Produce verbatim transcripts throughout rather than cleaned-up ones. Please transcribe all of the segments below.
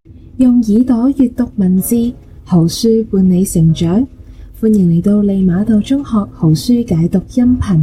用耳朵閱讀文字，好書伴你成長。歡迎嚟到利馬道中學好書解讀音頻。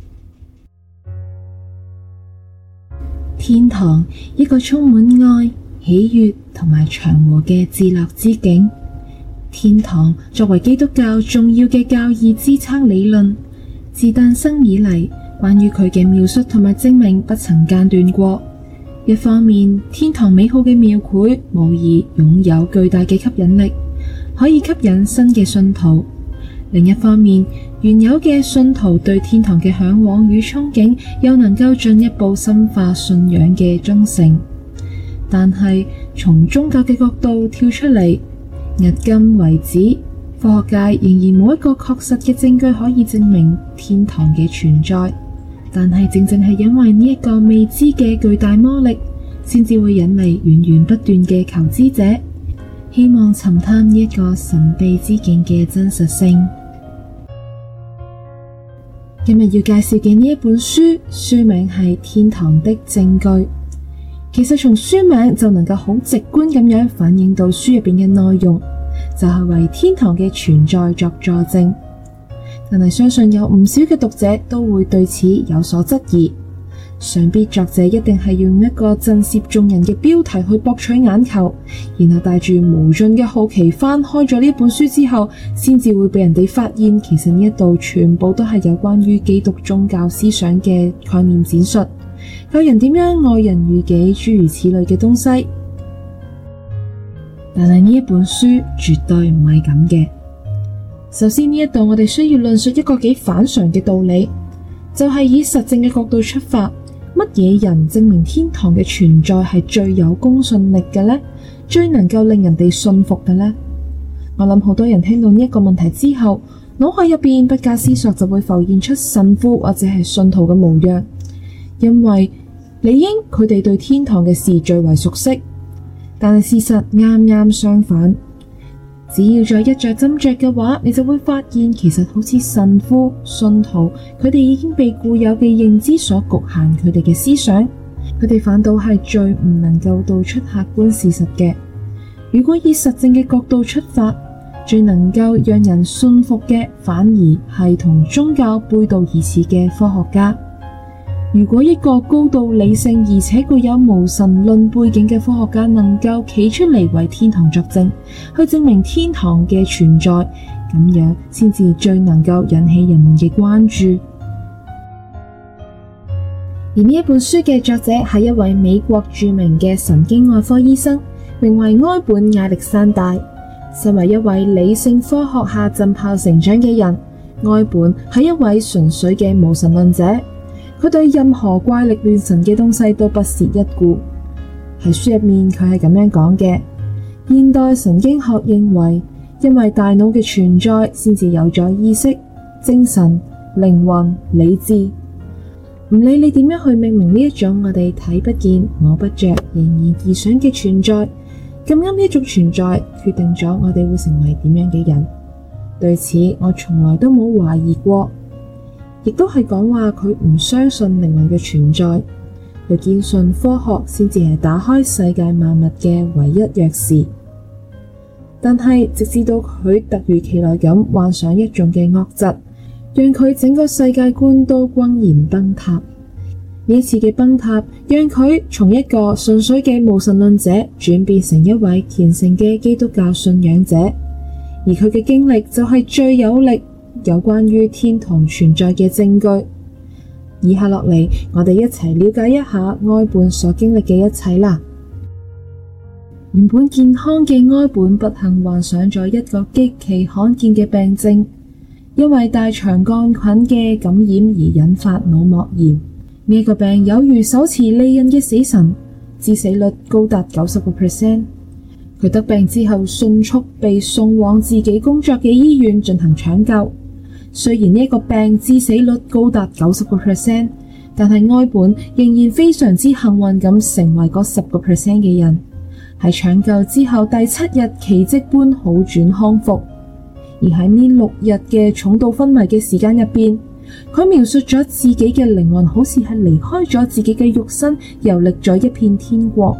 天堂，一個充滿愛、喜悅同埋祥和嘅至樂之境。天堂作為基督教重要嘅教義支撐理論，自誕生以嚟，關於佢嘅描述同埋證明不曾間斷過。一方面，天堂美好嘅描繪無疑擁有巨大嘅吸引力，可以吸引新嘅信徒；另一方面，原有嘅信徒對天堂嘅向往與憧憬，又能夠進一步深化信仰嘅忠誠。但係從宗教嘅角度跳出嚟，迄今為止，科學界仍然冇一個確實嘅證據可以證明天堂嘅存在。但係正正係因為呢一個未知嘅巨大魔力，先至會引嚟源源不斷嘅求知者，希望尋探呢一個神秘之境嘅真實性。今日要介紹嘅呢一本書，書名係《天堂的證據》。其實從書名就能夠好直觀咁樣反映到書入邊嘅內容，就係為天堂嘅存在作佐證。但係相信有唔少嘅讀者都會對此有所質疑，想必作者一定係用一個震懾眾人嘅標題去博取眼球，然後帶住無盡嘅好奇翻開咗呢本書之後，先至會被人哋發現，其實呢一度全部都係有關於基督宗教思想嘅概念展述，教人點樣愛人如己，諸如此類嘅東西。但係呢一本書絕對唔係咁嘅。首先呢一度我哋需要論述一個幾反常嘅道理，就係以實證嘅角度出發，乜嘢人證明天堂嘅存在係最有公信力嘅呢？最能夠令人哋信服嘅呢？我諗好多人聽到呢一個問題之後，腦海入邊不加思索就會浮現出神父或者係信徒嘅模樣，因為理應佢哋對天堂嘅事最為熟悉。但係事實啱啱相反。只要再一着斟酌嘅話，你就會發現其實好似神父、信徒，佢哋已經被固有嘅認知所局限佢哋嘅思想，佢哋反倒係最唔能夠道出客觀事實嘅。如果以實證嘅角度出發，最能夠讓人信服嘅，反而係同宗教背道而馳嘅科學家。如果一個高度理性而且具有無神論背景嘅科學家能夠企出嚟為天堂作證，去證明天堂嘅存在，咁樣先至最能夠引起人們嘅關注。而呢一本書嘅作者係一位美國著名嘅神經外科醫生，名為埃本亞歷山大。身為一位理性科學下浸泡成長嘅人，埃本係一位純粹嘅無神論者。佢對任何怪力亂神嘅東西都不屑一顧。喺書入面，佢係咁樣講嘅：現代神經學認為，因為大腦嘅存在，先至有咗意識、精神、靈魂、理智。唔理你點樣去命名呢一種我哋睇不見、摸不着、仍然異想嘅存在，咁啱呢一種存在，決定咗我哋會成為點樣嘅人。對此，我從來都冇懷疑過。亦都係講話佢唔相信靈魂嘅存在，佢堅信科學先至係打開世界萬物嘅唯一鑰匙。但係直至到佢突如其來咁患上一種嘅惡疾，讓佢整個世界觀都轟然崩塌。呢次嘅崩塌，讓佢從一個純粹嘅無神論者轉變成一位虔誠嘅基督教信仰者，而佢嘅經歷就係最有力有關於天堂存在嘅證據。以下落嚟，我哋一齊了解一下埃本所經歷嘅一切啦。原本健康嘅埃本不幸患上咗一個極其罕見嘅病症，因為大腸桿菌嘅感染而引發腦膜炎。呢、這個病有如手持利刃嘅死神，致死率高達九十個 percent。佢得病之後，迅速被送往自己工作嘅醫院進行搶救。雖然呢個病致死率高達九十個 percent， 但係埃本仍然非常之幸運咁成為嗰十個 percent 嘅人。喺搶救之後第七日奇蹟般好轉康復。而喺呢六日嘅重度昏迷嘅時間入邊，佢描述咗自己嘅靈魂好似係離開咗自己嘅肉身，遊歷咗一片天國。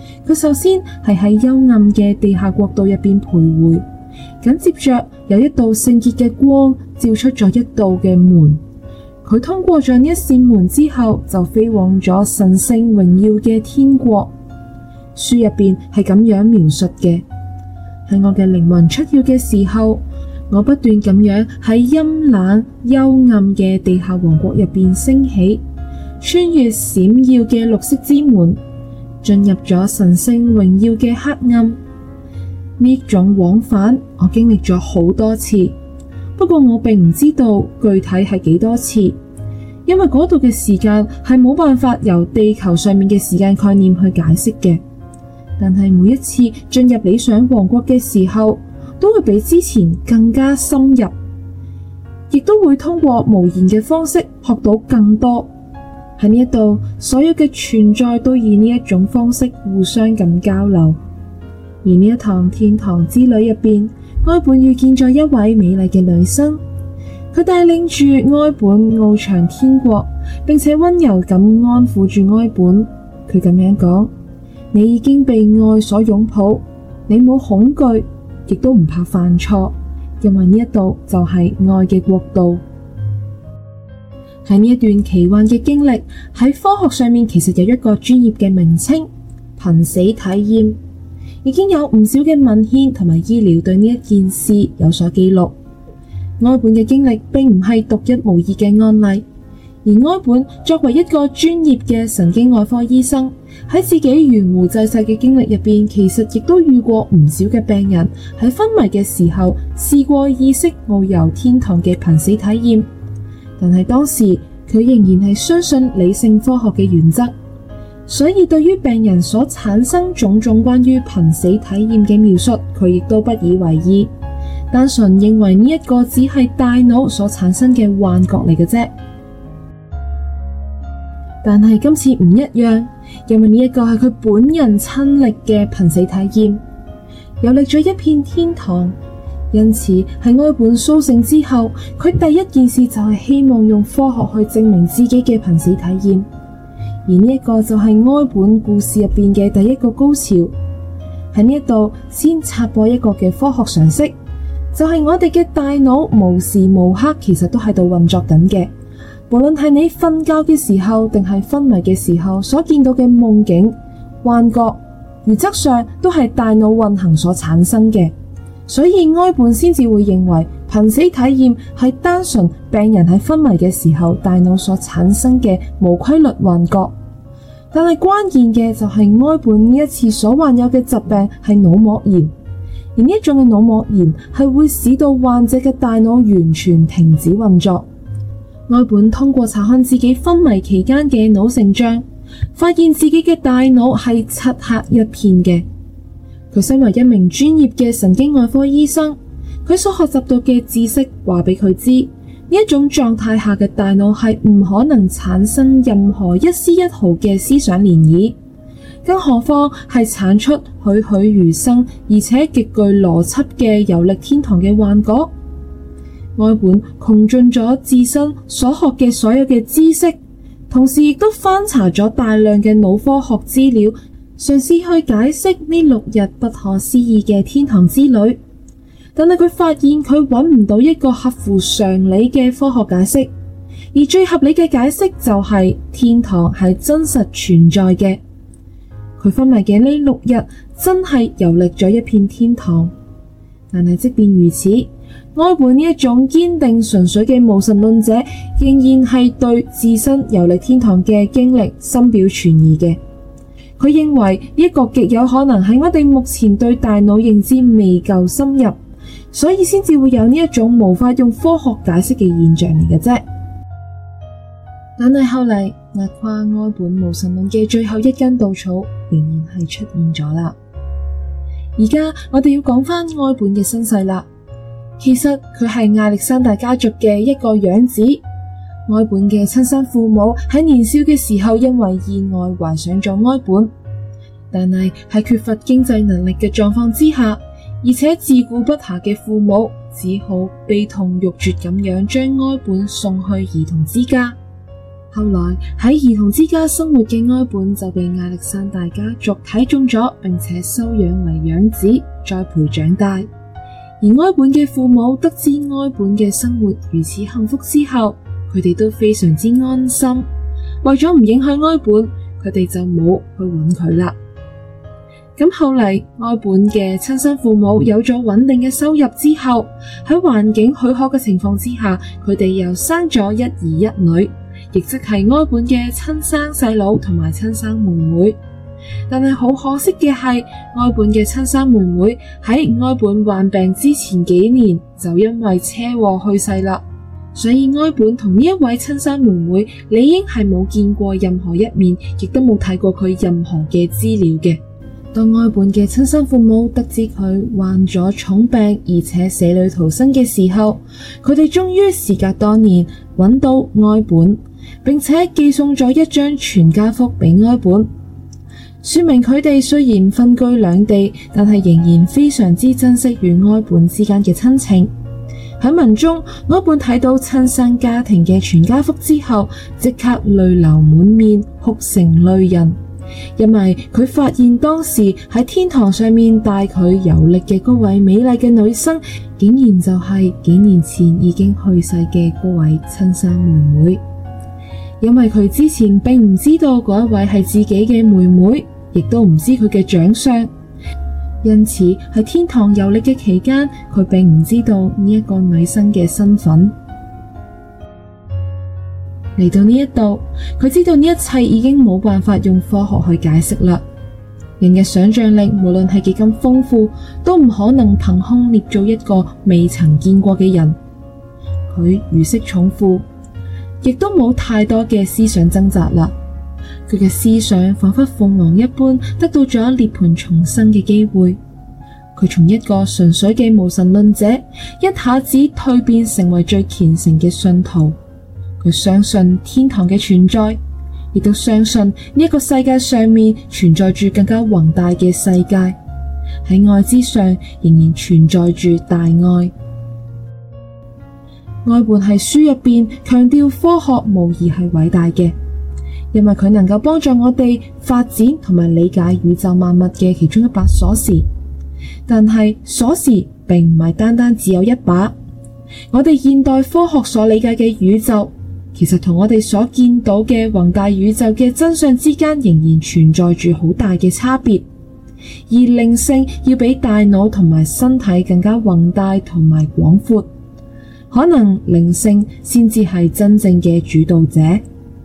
佢首先係喺幽暗嘅地下國度入邊徘徊，緊接着有一道聖潔嘅光照出咗一道嘅門，佢通過咗呢一扇門之後，就飛往咗神聖榮耀嘅天國。書入邊係咁樣描述嘅：喺我嘅靈魂出竅嘅時候，我不斷咁樣喺陰冷幽暗嘅地下王國入邊升起，穿越閃耀嘅綠色之門，進入咗神聖榮耀嘅黑暗。呢種往返我經歷咗好多次，不過我並唔知道具體係幾多次，因為嗰度嘅時間係冇辦法由地球上面嘅時間概念去解釋嘅。但係每一次進入理想王國嘅時候，都會比之前更加深入，亦都會通過無言嘅方式學到更多。喺呢一度，所有嘅存在都以呢一種方式互相咁交流。而呢一趟天堂之旅入邊，埃本遇見咗一位美麗嘅女生，佢帶領住埃本翱翔天國，並且溫柔咁安撫住埃本。佢咁樣講：你已經被愛所擁抱，你冇恐懼，亦都唔怕犯錯，因為呢一度就係愛嘅國度。喺呢一段奇幻嘅經歷，喺科學上面其實有一個專業嘅名稱——瀕死體驗，已經有唔少嘅文獻同埋醫療對呢一件事有所記錄。埃本嘅經歷並唔係獨一無二嘅案例。而埃本作為一個專業嘅神經外科醫生，喺自己懸壺濟世嘅經歷入邊，其實亦都遇過唔少嘅病人喺昏迷嘅時候試過意識遨遊天堂嘅瀕死體驗，但係當時佢仍然係相信理性科學嘅原則，所以對於病人所產生種種關於瀕死體驗嘅描述，佢亦都不以為意，單純認為呢一個只係大腦所產生嘅幻覺嚟嘅啫。但係今次唔一樣，因為呢一個係佢本人親歷嘅瀕死體驗，遊歷咗一片天堂。因此喺埃本甦醒之後，佢第一件事就係希望用科學去證明自己嘅瀕死體驗。而呢一個就係埃本故事入邊嘅第一個高潮。喺呢一度先插播一個嘅科學常識，就係我哋嘅大腦無時無刻其實都喺度運作緊嘅。無論係你瞓覺嘅時候，定係昏迷嘅時候所見到嘅夢境、幻覺，原則上都係大腦運行所產生嘅。所以埃本先至會認為瀕死體驗係單純病人喺昏迷嘅時候大腦所產生嘅無規律幻覺。但係關鍵嘅就係埃本呢一次所患有嘅疾病係腦膜炎，而呢一種嘅腦膜炎係會使到患者嘅大腦完全停止運作。埃本通過查看自己昏迷期間嘅腦成像，發現自己嘅大腦係漆黑一片嘅。佢身為一名專業嘅神經外科醫生，佢所學習到嘅知識話俾佢知，呢一種狀態下嘅大腦係唔可能產生任何一絲一毫嘅思想漣漪，更何況係產出栩栩如生而且極具邏輯嘅遊歷天堂嘅幻覺。埃本窮盡咗自身所學嘅所有嘅知識，同時亦都翻查咗大量嘅腦科學資料，嘗試去解釋呢六日不可思議嘅天堂之旅。但係佢發現佢揾唔到一個合乎常理嘅科學解釋，而最合理嘅解釋就係天堂係真實存在嘅。佢昏迷嘅呢六日真係遊歷咗一片天堂。但係即便如此，埃本呢一種堅定純粹嘅無神論者，仍然係對自身遊歷天堂嘅經歷深表存疑嘅。佢認為呢一個極有可能係我哋目前對大腦認知未夠深入，所以先至會有呢一種無法用科學解釋嘅現象嚟嘅啫。但係後嚟壓垮埃本無神論嘅最後一根稻草，仍然係出現咗啦。而家我哋要講翻埃本嘅身世啦。其實佢係亞歷山大家族嘅一個養子。埃本嘅親生父母喺年少嘅時候因為意外懷上咗埃本，但係喺缺乏經濟能力嘅狀況之下，而且自顧不暇嘅父母只好悲痛欲絕咁樣將埃本送去兒童之家。 後來喺兒童之家生活嘅埃本就被亞歷山大家族睇中咗，並且收養為養子，栽培長大。而埃本嘅父母得知埃本嘅生活如此幸福之後，佢哋都非常之安心。為咗唔影響埃本，佢哋就冇去揾佢啦。咁後嚟，埃本嘅親生父母有咗穩定嘅收入之後，喺環境許可嘅情況之下，佢哋又生咗一兒一女，亦即係埃本嘅親生細佬同埋親生妹妹。但係好可惜嘅係，埃本嘅親生妹妹喺埃本患病之前幾年就因為車禍去世啦。所以埃本同呢一位親生妹妹理應係冇見過任何一面，亦都冇睇過佢任何嘅資料嘅。當埃本嘅親生父母得知佢患咗重病，而且死裏逃生嘅時候，佢哋終於時隔多年揾到埃本，並且寄送咗一張全家福俾埃本，說明佢哋雖然分居兩地，但係仍然非常之珍惜與埃本之間嘅親情。喺文中，埃本睇到親生家庭嘅全家福之後，即刻淚流滿面，哭成淚人。因為佢發現當時喺天堂上面帶佢遊歷嘅嗰位美麗嘅女生，竟然就係幾年前已經去世嘅嗰位親生妹妹。因為佢之前並唔知道嗰一位係自己嘅妹妹，亦都唔知佢嘅長相，因此喺天堂遊歷嘅期間，佢並唔知道呢一個女生嘅身份。嚟到呢一度，佢知道呢一切已經冇辦法用科學去解釋啦。人嘅想象力無論係幾咁豐富，都唔可能憑空捏造一個未曾見過嘅人。佢如釋重負，亦都冇太多嘅思想掙扎啦。佢嘅思想仿佛鳳凰一般，得到咗涅槃重生嘅機會。佢從一個純粹嘅無神論者，一下子蛻變成為最虔誠嘅信徒。佢相信天堂嘅存在，亦都相信呢一個世界上面存在住更加宏大嘅世界，喺愛之上仍然存在住大愛。埃本喺書入邊強調科學無疑係偉大嘅，因為佢能夠幫助我哋發展同埋理解宇宙萬物嘅其中一把鎖匙。但係鎖匙並唔係單單只有一把，我哋現代科學所理解嘅宇宙，其實同我哋所見到嘅宏大宇宙嘅真相之間仍然存在住好大嘅差別，而靈性要比大腦同埋身體更加宏大同埋廣闊，可能靈性先至係真正嘅主導者。埃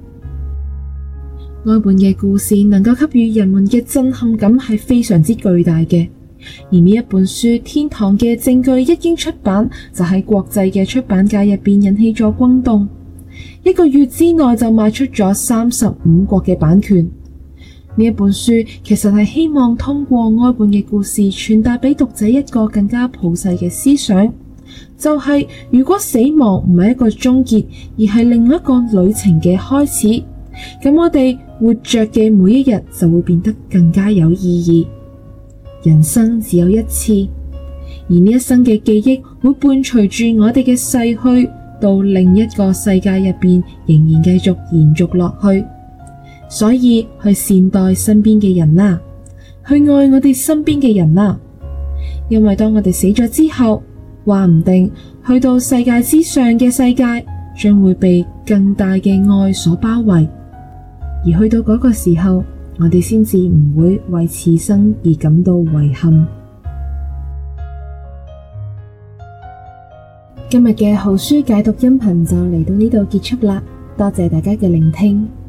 本嘅故事能夠給予人們嘅震撼感係非常之巨大嘅，而呢一本書《天堂嘅證據》一經出版，就喺國際嘅出版界入邊引起咗轟動。一個月之內就賣出咗三十五國嘅版權。呢一本書其實係希望通過埃本嘅故事傳達俾讀者一個更加普世嘅思想，就係如果死亡唔係一個終結，而係另一個旅程嘅開始，咁我哋活着嘅每一日就會變得更加有意義。人生只有一次，而呢一生嘅記憶會伴隨住我哋嘅逝去，到另一個世界入邊仍然繼續延續落去。所以去善待身邊嘅人啦，去愛我哋身邊嘅人啦，因為當我哋死咗之後，話唔定去到世界之上嘅世界將會被更大嘅愛所包圍，而去到嗰個時候，我哋先至唔會為此生而感到遺憾。今日嘅好書解讀音頻就嚟到呢度結束啦，多謝大家嘅聆聽。